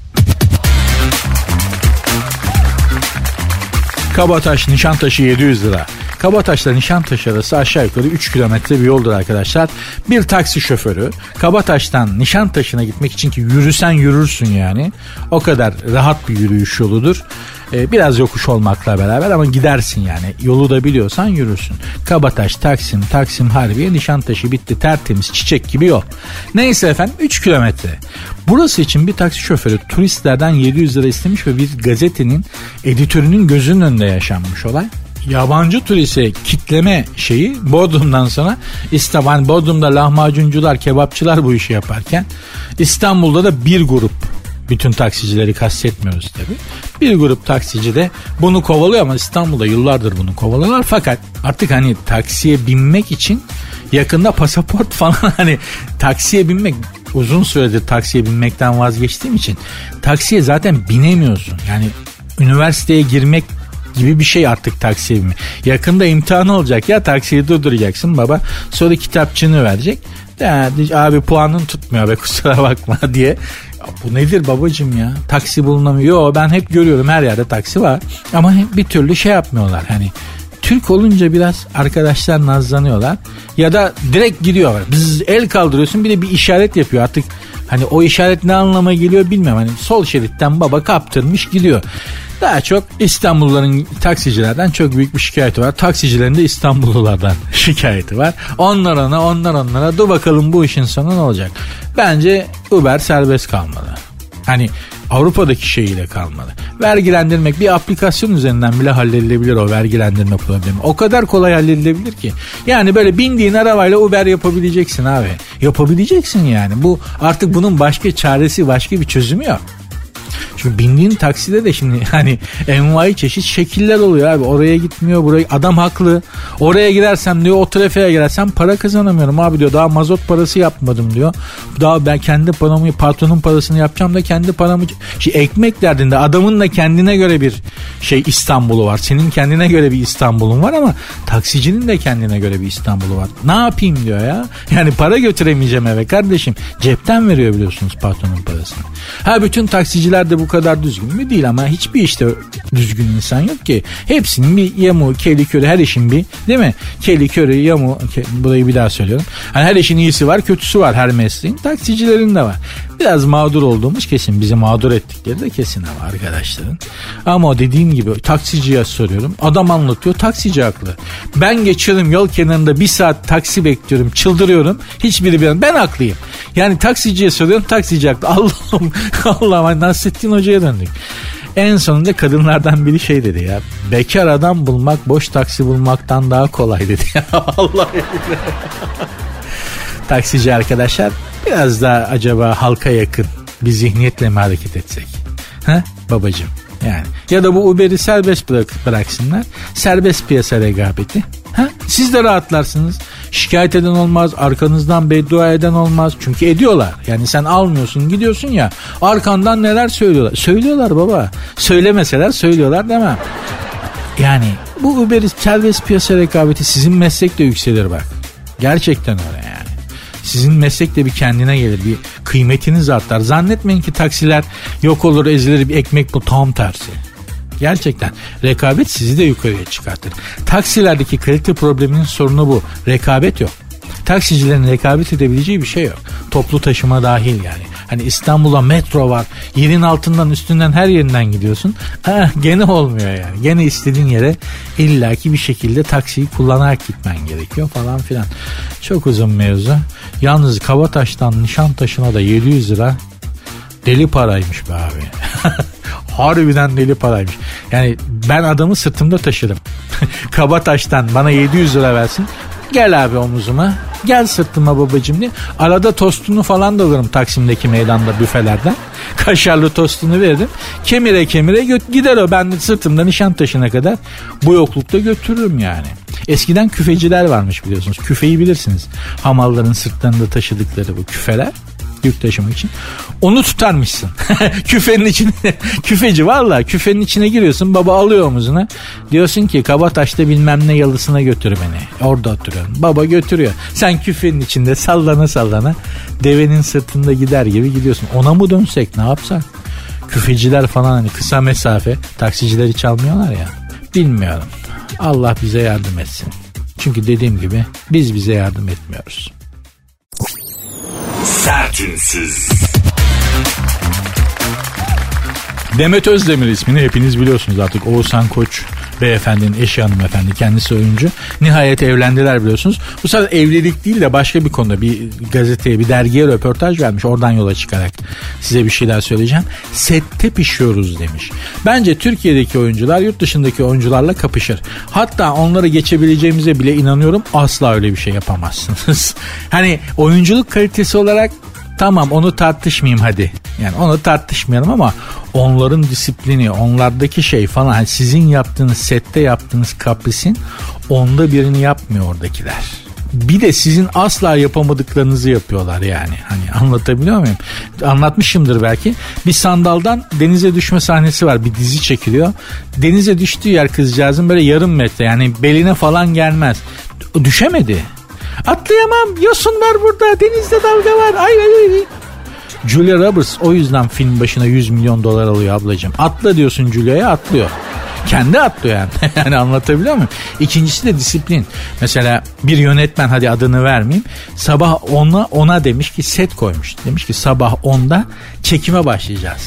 Kabataş Nişantaşı yedi yüz lira. Kabataş'la Nişantaşı arası aşağı yukarı üç kilometre bir yoldur arkadaşlar. Bir taksi şoförü Kabataş'tan Nişantaşı'na gitmek için ki yürüsen yürürsün yani. O kadar rahat bir yürüyüş yoludur. Ee, biraz yokuş olmakla beraber ama gidersin yani. Yolu da biliyorsan yürürsün. Kabataş, Taksim, Taksim Harbiye, Nişantaşı bitti tertemiz çiçek gibi yol. Neyse efendim üç kilometre. Burası için bir taksi şoförü turistlerden yedi yüz lira istemiş ve bir gazetenin editörünün gözünün önünde yaşanmış olay. Yabancı turiste kitleme şeyi Bodrum'dan sonra İstanbul, Bodrum'da lahmacuncular, kebapçılar bu işi yaparken İstanbul'da da bir grup, bütün taksicileri kastetmiyoruz tabii, bir grup taksici de bunu kovalıyor ama İstanbul'da yıllardır bunu kovalıyorlar fakat artık hani taksiye binmek için yakında pasaport falan hani taksiye binmek uzun süredir taksiye binmekten vazgeçtiğim için taksiye zaten binemiyorsun yani üniversiteye girmek gibi bir şey artık taksiye binmek. Yakında imtihan olacak ya taksiyi durduracaksın baba sonra kitapçığını verecek. Ya, abi puanın tutmuyor be kusura bakma diye. Ya, bu nedir babacığım ya taksi bulunamıyor. Yo, ben hep görüyorum her yerde taksi var ama bir türlü şey yapmıyorlar hani. Türk olunca biraz arkadaşlar nazlanıyorlar ya da direkt gidiyorlar. Biz el kaldırıyorsun bir de bir işaret yapıyor artık. Hani o işaret ne anlama geliyor bilmiyorum. Hani sol şeritten baba kaptırmış gidiyor. Daha çok İstanbulluların taksicilerden çok büyük bir şikayeti var. Taksicilerin de İstanbullulardan şikayeti var. Onlar ona, onlar onlara. Dur bakalım bu işin sonu ne olacak? Bence Uber serbest kalmalı. Hani Avrupa'daki şeyiyle kalmalı. Vergilendirmek bir aplikasyon üzerinden bile halledilebilir o vergilendirme problemi. O kadar kolay halledilebilir ki. Yani böyle bindiğin arabayla Uber yapabileceksin abi. Yapabileceksin yani. Bu artık bunun başka çaresi, başka bir çözümü yok. Çünkü bindiğin takside de şimdi hani envai çeşit şekiller oluyor abi. Oraya gitmiyor, buraya. Adam haklı. Oraya gidersem diyor, o trafiğe girersem para kazanamıyorum abi diyor. Daha mazot parası yapmadım diyor. Daha ben kendi paramı, patronun parasını yapacağım da kendi paramı. Şey, ekmek derdinde adamın da kendine göre bir şey İstanbul'u var. Senin kendine göre bir İstanbul'un var ama taksicinin de kendine göre bir İstanbul'u var. Ne yapayım diyor ya. Yani para götüremeyeceğim eve kardeşim. Cepten veriyor biliyorsunuz patronun parasını. Ha bütün taksiciler de bu kadar düzgün mü? Değil ama hiçbir işte düzgün insan yok ki. Hepsinin bir yamu, keli körü, her işin bir, değil mi? Keli körü, yamu, ke, burayı bir daha söylüyorum. Hani her işin iyisi var, kötüsü var her mesleğin. Taksicilerin de var. Biraz mağdur olduğumuz kesin. Bizi mağdur ettikleri de kesin ama arkadaşların. Ama dediğim gibi taksiciye soruyorum. Adam anlatıyor, taksici haklı. Ben geçiyorum yol kenarında bir saat taksi bekliyorum, çıldırıyorum. Hiçbiri bir ben haklıyım. Yani taksiciye soruyorum, taksici haklı. Allah'ım, Allah'ım, Nasrettin Hoca'ya döndük. En sonunda kadınlardan biri şey dedi ya. Bekar adam bulmak boş taksi bulmaktan daha kolay dedi. Allah'ım. Taksici arkadaşlar biraz daha acaba halka yakın bir zihniyetle mi hareket etsek? Ha babacığım yani. Ya da bu Uber'i serbest bırak, bıraksınlar. Serbest piyasa rekabeti. Ha? Siz de rahatlarsınız. Şikayet eden olmaz. Arkanızdan beddua eden olmaz. Çünkü ediyorlar. Yani sen almıyorsun gidiyorsun ya. Arkandan neler söylüyorlar. Söylüyorlar baba. Söylemeseler söylüyorlar demem. Yani bu Uber'i serbest piyasa rekabeti sizin meslek de yükselir bak. Gerçekten öyle yani. Sizin meslek de bir kendine gelir. Bir kıymetiniz artar. Zannetmeyin ki taksiler yok olur, ezilir, bir ekmek bu, tam tersi. Gerçekten rekabet sizi de yukarıya çıkartır. Taksilerdeki kalite probleminin sorunu bu. Rekabet yok. Taksicilerin rekabet edebileceği bir şey yok. Toplu taşıma dahil yani. Hani İstanbul'da metro var. Yerin altından üstünden her yerinden gidiyorsun. Ah, gene olmuyor yani. Gene istediğin yere illaki bir şekilde taksiyi kullanarak gitmen gerekiyor falan filan. Çok uzun mevzu. Yalnız Kabataş'tan Nişantaşı'na da yedi yüz lira deli paraymış be abi. Harbiden deli paraymış. Yani ben adamı sırtımda taşırım. Kabataş'tan bana yedi yüz lira versin. Gel abi omuzuma. Gel sırtıma babacığım diye. Arada tostunu falan da alırım Taksim'deki meydanda büfelerden. Kaşarlı tostunu veririm. Kemire kemire gö- gider o. Ben de sırtımda Nişantaşı'na kadar bu yoklukta götürürüm yani. Eskiden küfeciler varmış biliyorsunuz. Küfeyi bilirsiniz. Hamalların sırtlarında taşıdıkları bu küfeler. Yük taşımak için. Onu tutarmışsın. Küfenin içine. Küfeci valla. Küfenin içine giriyorsun. Baba alıyor omuzuna. Diyorsun ki Kabataş'ta bilmem ne yalısına götür beni. Orada oturuyorum. Baba götürüyor. Sen küfenin içinde sallana sallana devenin sırtında gider gibi gidiyorsun. Ona mı dönsek, ne yapsak? Küfeciler falan hani kısa mesafe taksicileri çalmıyorlar ya. Bilmiyorum. Allah bize yardım etsin. Çünkü dediğim gibi biz bize yardım etmiyoruz. Sertünsüz. Demet Özdemir ismini hepiniz biliyorsunuz artık. Oğuzhan Koç beyefendinin eşi, hanımefendi, kendisi oyuncu. Nihayet evlendiler biliyorsunuz. Bu sefer evlilik değil de başka bir konuda bir gazeteye, bir dergiye röportaj vermiş. Oradan yola çıkarak size bir şeyler söyleyeceğim. Sette pişiyoruz demiş. Bence Türkiye'deki oyuncular yurt dışındaki oyuncularla kapışır. Hatta onları geçebileceğimize bile inanıyorum. Asla öyle bir şey yapamazsınız. Hani oyunculuk kalitesi olarak tamam, onu tartışmayayım hadi. Yani onu tartışmayalım ama onların disiplini, onlardaki şey falan, hani sizin yaptığınız, sette yaptığınız kaprisin onda birini yapmıyor oradakiler. Bir de sizin asla yapamadıklarınızı yapıyorlar yani. Hani anlatabiliyor muyum? Anlatmışımdır belki. Bir sandaldan denize düşme sahnesi var. Bir dizi çekiliyor. Denize düştüğü yer kızcağızın böyle yarım metre, yani beline falan gelmez. Düşemedi. Atlayamam, yosun var burada, denizde dalga var, ay ay ay. Julia Roberts o yüzden film başına yüz milyon dolar alıyor ablacığım. Atla diyorsun Julia'ya, atlıyor. Kendi atlıyor yani. Yani anlatabiliyor muyum? İkincisi de disiplin. Mesela bir yönetmen, hadi adını vermeyeyim, sabah ona ona demiş ki, set koymuş. Demiş ki sabah onda çekime başlayacağız.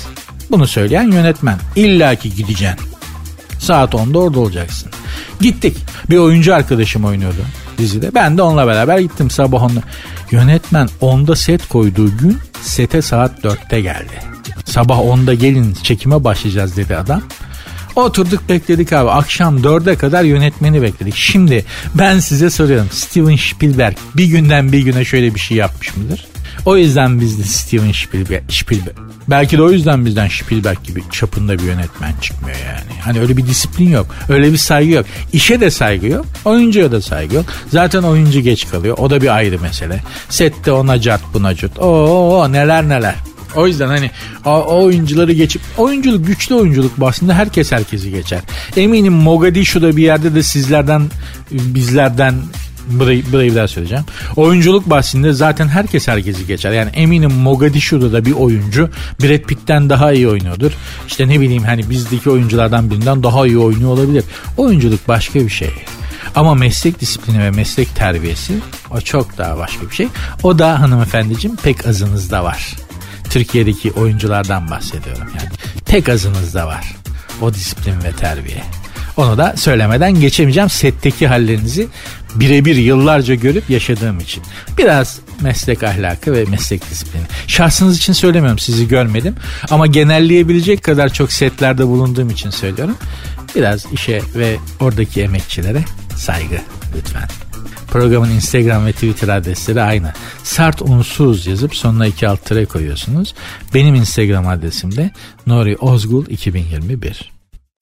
Bunu söyleyen yönetmen. İlla ki gideceksin. Saat onda orada olacaksın. Gittik. Bir oyuncu arkadaşım oynuyordu dizide. Ben de onunla beraber gittim sabah onda. Yönetmen onda set koyduğu gün sete saat dörtte geldi. Sabah onda gelin çekime başlayacağız dedi adam. Oturduk bekledik abi. Akşam dörde kadar yönetmeni bekledik. Şimdi ben size soruyorum. Steven Spielberg bir günden bir güne şöyle bir şey yapmış mıdır? O yüzden bizde Steven Spielberg, Spielberg. Belki de o yüzden bizden Spielberg gibi çapında bir yönetmen çıkmıyor yani. Hani öyle bir disiplin yok. Öyle bir saygı yok. İşe de saygı yok. Oyuncuya da saygı yok. Zaten oyuncu geç kalıyor. O da bir ayrı mesele. Sette ona cart buna cart. Oo neler neler. O yüzden hani o, o oyuncuları geçip oyunculuk güçlü oyunculuk bahsinde herkes herkesi geçer. Eminim Mogadishu'da bir yerde de sizlerden bizlerden burayı, burayı bir daha söyleyeceğim. Oyunculuk bahsinde zaten herkes herkesi geçer. Yani eminim Mogadishu'da da bir oyuncu Brad Pitt'ten daha iyi oynuyordur. İşte ne bileyim hani bizdeki oyunculardan birinden daha iyi oynuyor olabilir. Oyunculuk başka bir şey. Ama meslek disiplini ve meslek terbiyesi o çok daha başka bir şey. O da hanımefendiciğim pek azınızda var. Türkiye'deki oyunculardan bahsediyorum yani. Tek azınızda var o disiplin ve terbiye. Onu da söylemeden geçemeyeceğim. Setteki hallerinizi birebir yıllarca görüp yaşadığım için. Biraz meslek ahlakı ve meslek disiplini. Şahsınız için söylemiyorum, sizi görmedim. Ama genelleyebilecek kadar çok setlerde bulunduğum için söylüyorum. Biraz işe ve oradaki emekçilere saygı lütfen. Programın Instagram ve Twitter adresleri aynı. Sert unsuz yazıp sonuna iki alt tere koyuyorsunuz. Benim Instagram adresim de Nuri Ozgul iki bin yirmi bir.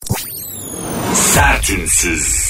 Sert unsuz.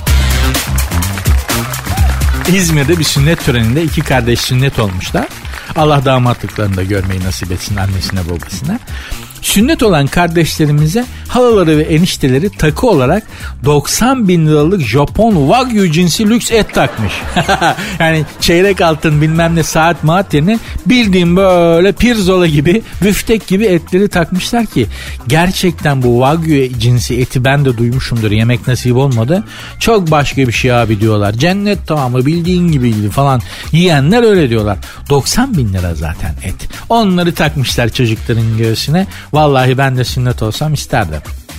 İzmir'de bir sünnet töreninde iki kardeş sünnet olmuşlar. Allah damatlıklarını da görmeyi nasip etsin annesine babasına. Sünnet olan kardeşlerimize halaları ve enişteleri takı olarak doksan bin liralık Japon Wagyu cinsi lüks et takmış. Yani çeyrek altın bilmem ne saat maat yerine bildiğim böyle pirzola gibi büftek gibi etleri takmışlar ki gerçekten bu Wagyu cinsi eti ben de duymuşumdur, yemek nasip olmadı. Çok başka bir şey abi diyorlar. Cennet tamamı bildiğin gibi gibi falan yiyenler öyle diyorlar. doksan bin lira zaten et. Onları takmışlar çocukların göğsüne. Vallahi ben de sünnet olsam isterdim.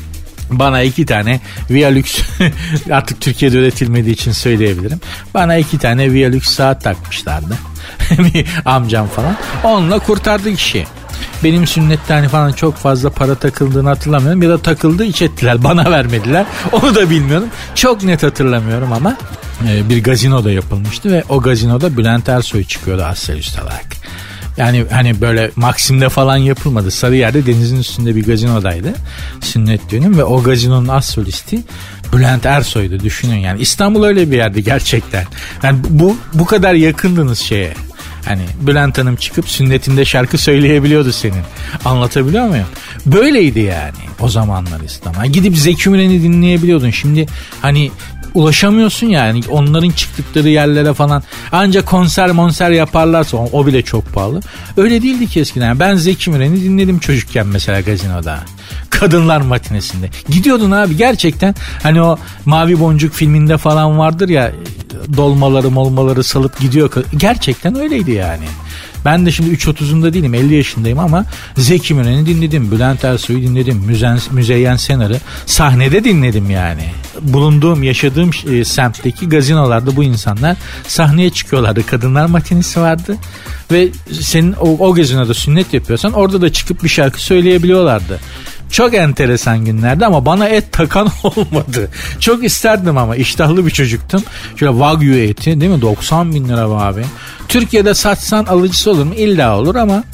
Bana iki tane Vialux artık Türkiye'de üretilmediği için söyleyebilirim. Bana iki tane Vialux saat takmışlardı. Bir amcam falan. Onunla kurtardık işi. Benim sünnette hani falan çok fazla para takıldığını hatırlamıyorum. Ya da takıldı iç ettiler. Bana vermediler. Onu da bilmiyorum. Çok net hatırlamıyorum ama bir gazinoda yapılmıştı ve o gazinoda Bülent Ersoy çıkıyordu Asya Üst olarak. Yani hani böyle Maksim'de falan yapılmadı. Sarıyer'de denizin üstünde bir gazinodaydı sünnet düğünüm ve o gazinonun as solisti Bülent Ersoy'du, düşünün yani. İstanbul öyle bir yerdi gerçekten. Yani bu bu kadar yakındınız şeye. Hani Bülent Hanım çıkıp sünnetinde şarkı söyleyebiliyordu senin. Anlatabiliyor muyum? Böyleydi yani o zamanlar İstanbul. Gidip Zeki Müren'i dinleyebiliyordun. Şimdi hani ulaşamıyorsun yani onların çıktıkları yerlere falan. Ancak konser monser yaparlarsa o, o bile çok pahalı. Öyle değildi ki eskiden. Ben Zeki Müren'i dinledim çocukken mesela gazinoda. Kadınlar matinesinde. Gidiyordun abi gerçekten. Hani o Mavi Boncuk filminde falan vardır ya, dolmaları molmaları salıp gidiyor. Gerçekten öyleydi yani. Ben de şimdi üç otuzunda değilim, elli yaşındayım ama Zeki Müren'i dinledim. Bülent Ersoy'u dinledim. Müzen, Müzeyyen Senar'ı sahnede dinledim yani. Bulunduğum, yaşadığım e, semtteki gazinolarda bu insanlar sahneye çıkıyorlardı. Kadınlar matinesi vardı. Ve senin o, o gazinoda sünnet yapıyorsan orada da çıkıp bir şarkı söyleyebiliyorlardı. Çok enteresan günlerdi ama bana et takan olmadı. Çok isterdim ama iştahlı bir çocuktum. Şöyle Wagyu eti değil mi? doksan bin lira abi. Türkiye'de satsan alıcısı olur mu? İlla olur ama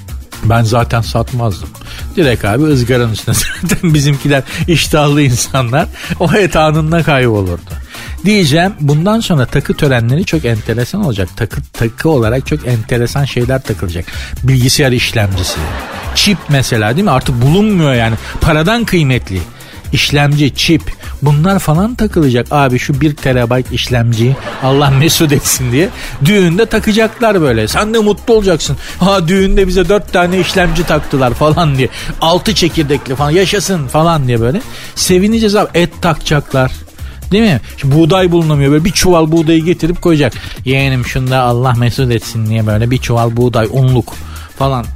ben zaten satmazdım. Direkt abi ızgaranın üstüne zaten bizimkiler iştahlı insanlar. O et anında kaybolurdu. Diyeceğim bundan sonra takı törenleri çok enteresan olacak. Takı takı olarak çok enteresan şeyler takılacak. Bilgisayar işlemcisi. Çip mesela değil mi? Artık bulunmuyor yani. Paradan kıymetli. İşlemci, çip bunlar falan takılacak. Abi şu bir terabayt işlemciyi Allah mesut etsin diye düğünde takacaklar böyle. Sen de mutlu olacaksın. Ha düğünde bize dört tane işlemci taktılar falan diye. Altı çekirdekli falan yaşasın falan diye böyle. Sevineceğiz abi. Et takacaklar. Değil mi? Şimdi buğday bulunamıyor. Böyle bir çuval buğdayı getirip koyacak. Yeğenim şunda Allah mesut etsin diye böyle bir çuval buğday unluk falan.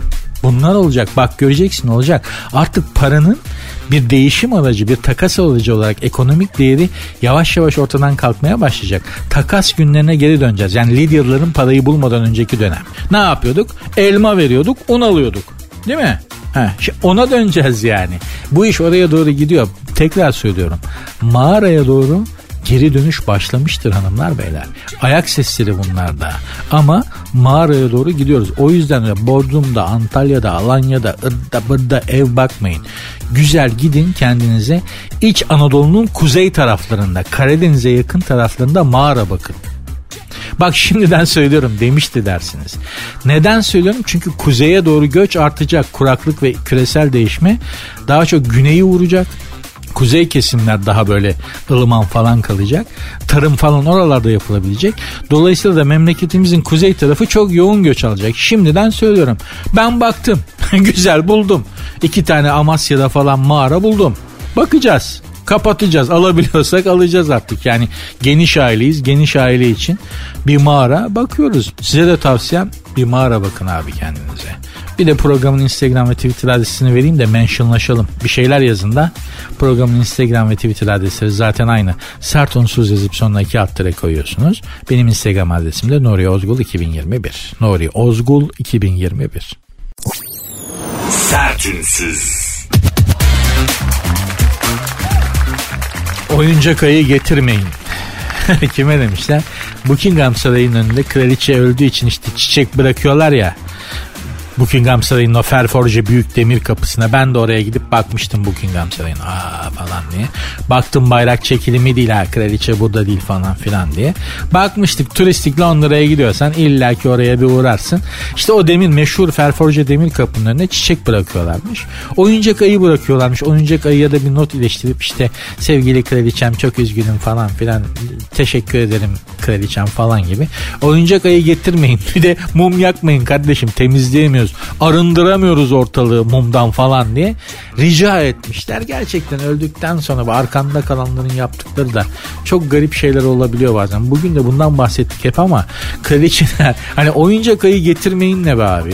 Bunlar olacak. Bak göreceksin olacak. Artık paranın bir değişim aracı, bir takas aracı olarak ekonomik değeri yavaş yavaş ortadan kalkmaya başlayacak. Takas günlerine geri döneceğiz. Yani Lidyalıların parayı bulmadan önceki dönem. Ne yapıyorduk? Elma veriyorduk, un alıyorduk. Değil mi? Heh, ona döneceğiz yani. Bu iş oraya doğru gidiyor. Tekrar söylüyorum. Mağaraya doğru geri dönüş başlamıştır hanımlar beyler. Ayak sesleri bunlar da. Ama mağaraya doğru gidiyoruz. O yüzden de Bodrum'da, Antalya'da, Alanya'da, ırda bırda ev bakmayın. Güzel gidin kendinize. İç Anadolu'nun kuzey taraflarında, Karadeniz'e yakın taraflarında mağara bakın. Bak şimdiden söylüyorum demişti dersiniz. Neden söylüyorum? Çünkü kuzeye doğru göç artacak. Kuraklık ve küresel değişme daha çok güneyi vuracak. Kuzey kesimler daha böyle ılıman falan kalacak. Tarım falan oralarda yapılabilecek. Dolayısıyla da memleketimizin kuzey tarafı çok yoğun göç alacak. Şimdiden söylüyorum. Ben baktım. Güzel buldum. İki tane Amasya'da falan mağara buldum. Bakacağız. Kapatacağız. Alabiliyorsak alacağız artık. Yani geniş aileyiz. Geniş aile için bir mağara bakıyoruz. Size de tavsiyem bir mağara bakın abi kendinize. Bir de programın Instagram ve Twitter adresini vereyim de mentionlaşalım. Bir şeyler yazın da programın Instagram ve Twitter adresleri zaten aynı. Sert unsuz yazıp sonuna iki alt tere koyuyorsunuz. Benim Instagram adresim de Nuri Ozgul iki bin yirmi bir. Nuri Ozgul iki bin yirmi bir. Sert unsuz. Oyuncak ayı getirmeyin. Kime demişler? Buckingham Sarayı'nın önünde kraliçe öldüğü için işte çiçek bırakıyorlar ya. Buckingham Sarayı'nın o ferforje büyük demir kapısına. Ben de oraya gidip bakmıştım Buckingham Sarayı'na. Aa falan diye. Baktım bayrak çekilimi değil ha. Kraliçe burada değil falan filan diye. Bakmıştık turistik Londra'ya gidiyorsan illaki oraya bir uğrarsın. İşte o demir meşhur ferforje demir kapının önüne çiçek bırakıyorlarmış. Oyuncak ayı bırakıyorlarmış. Oyuncak ayıya da bir not iletiştirip işte sevgili kraliçem çok üzgünüm falan filan. Teşekkür ederim kraliçem falan gibi. Oyuncak ayı getirmeyin. Bir de mum yakmayın kardeşim. Temizleyemiyoruz. Arındıramıyoruz ortalığı mumdan falan diye rica etmişler. Gerçekten öldükten sonra arkanda kalanların yaptıkları da çok garip şeyler olabiliyor bazen. Bugün de bundan bahsettik hep ama kraliçeler hani oyuncak ayı getirmeyin ne be abi.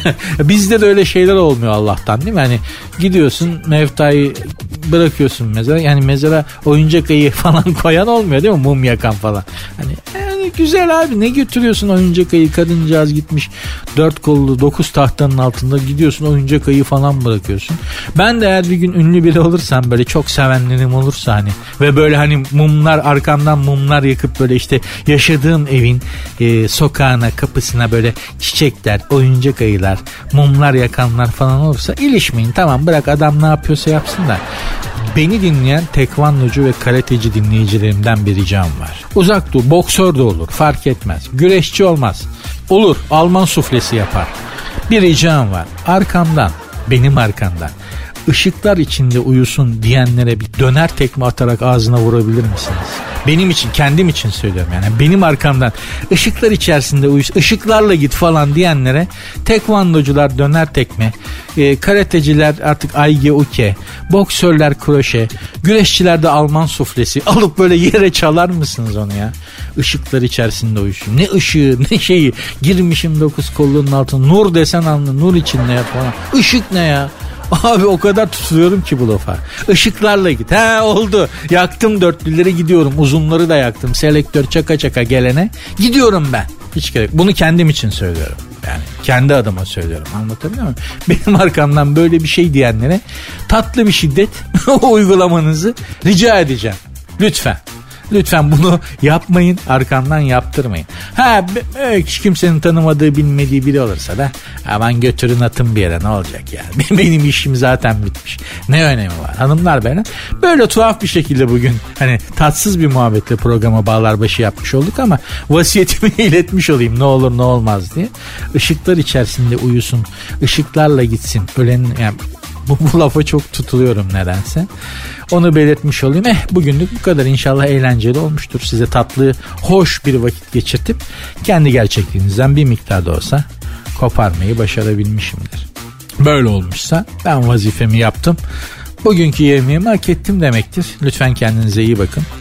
Bizde de öyle şeyler olmuyor Allah'tan değil mi? Hani gidiyorsun mevtayı bırakıyorsun mezara. Yani mezara oyuncak ayı falan koyan olmuyor değil mi? Mum yakan falan. Hani yani güzel abi ne götürüyorsun oyuncak ayı, kadıncağız gitmiş dört kollu dokuz tahtanın altında gidiyorsun oyuncak ayı falan bırakıyorsun. Ben de eğer bir gün ünlü biri olursam böyle çok sevenlerim olursa hani ve böyle hani mumlar arkamdan mumlar yakıp böyle işte yaşadığım evin e, sokağına kapısına böyle çiçekler, oyuncak ayılar, mumlar yakanlar falan olursa ilişmeyin, tamam bırak adam ne yapıyorsa yapsın da. Beni dinleyen tekvandocu ve karateci dinleyicilerimden bir ricam var. Uzak dur, boksör de olur, fark etmez. Güreşçi olmaz. Olur, Alman suflesi yapar. Bir ricam var. Arkamdan, benim arkamdan ışıklar içinde uyusun diyenlere bir döner tekme atarak ağzına vurabilir misiniz? Benim için, kendim için söylüyorum yani. Benim arkamdan ışıklar içerisinde uyus, ışıklarla git falan diyenlere tekvandocular döner tekme, e, karateciler artık ayge uke, boksörler kroşe, güreşçiler de Alman suflesi alıp böyle yere çalar mısınız onu ya? Işıklar içerisinde uyusun. Ne ışığı ne şeyi, girmişim dokuz kolluğunun altına, nur desen anlı, nur içinde ya falan. Işık ne ya? Abi o kadar tutuluyorum ki bu lafa. Işıklarla git. He oldu. Yaktım dörtlüleri gidiyorum. Uzunları da yaktım. Selektör çaka çaka gelene gidiyorum ben. Hiç gerek. Bunu kendim için söylüyorum. Yani kendi adıma söylüyorum. Anlatabiliyor muyum? Benim arkamdan böyle bir şey diyenlere tatlı bir şiddet uygulamanızı rica edeceğim. Lütfen. Lütfen bunu yapmayın, arkamdan yaptırmayın. Ha hiç kimsenin tanımadığı bilmediği biri olursa da aman götürün atın bir yere, ne olacak yani. Benim işim zaten bitmiş. Ne önemi var hanımlar beyler. Böyle tuhaf bir şekilde bugün hani tatsız bir muhabbetle programa bağlar başı yapmış olduk ama vasiyetimi iletmiş olayım ne olur ne olmaz diye. Işıklar içerisinde uyusun, ışıklarla gitsin. Ölen yani Bu, bu lafa çok tutuluyorum nedense. Onu belirtmiş olayım. Eh bugünlük bu kadar. İnşallah eğlenceli olmuştur. Size tatlı, hoş bir vakit geçirtip kendi gerçekliğinizden bir miktar da olsa koparmayı başarabilmişimdir. Böyle olmuşsa ben vazifemi yaptım. Bugünkü yemeğimi hak ettim demektir. Lütfen kendinize iyi bakın.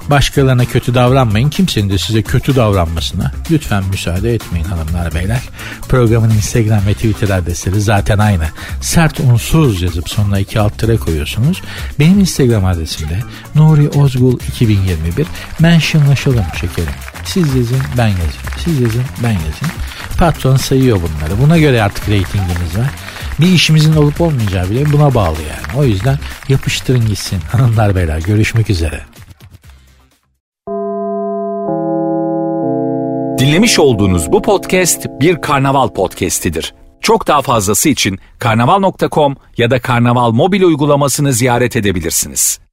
Başkalarına kötü davranmayın. Kimsenin de size kötü davranmasına lütfen müsaade etmeyin hanımlar beyler. Programın Instagram ve Twitter adresleri zaten aynı. Sert unsuz yazıp sonuna iki alt tere koyuyorsunuz. Benim Instagram adresimde Nuri Ozgul iki bin yirmi bir. Mentionlaşalım şekerim. Siz yazın, ben yazayım. Siz yazın, ben yazayım. Patron sayıyor bunları. Buna göre artık reytingimiz var. Bir işimizin olup olmayacağı bile buna bağlı yani. O yüzden yapıştırın gitsin hanımlar beyler. Görüşmek üzere. Dinlemiş olduğunuz bu podcast bir Karnaval podcastidir. Çok daha fazlası için karnaval nokta com ya da Karnaval mobil uygulamasını ziyaret edebilirsiniz.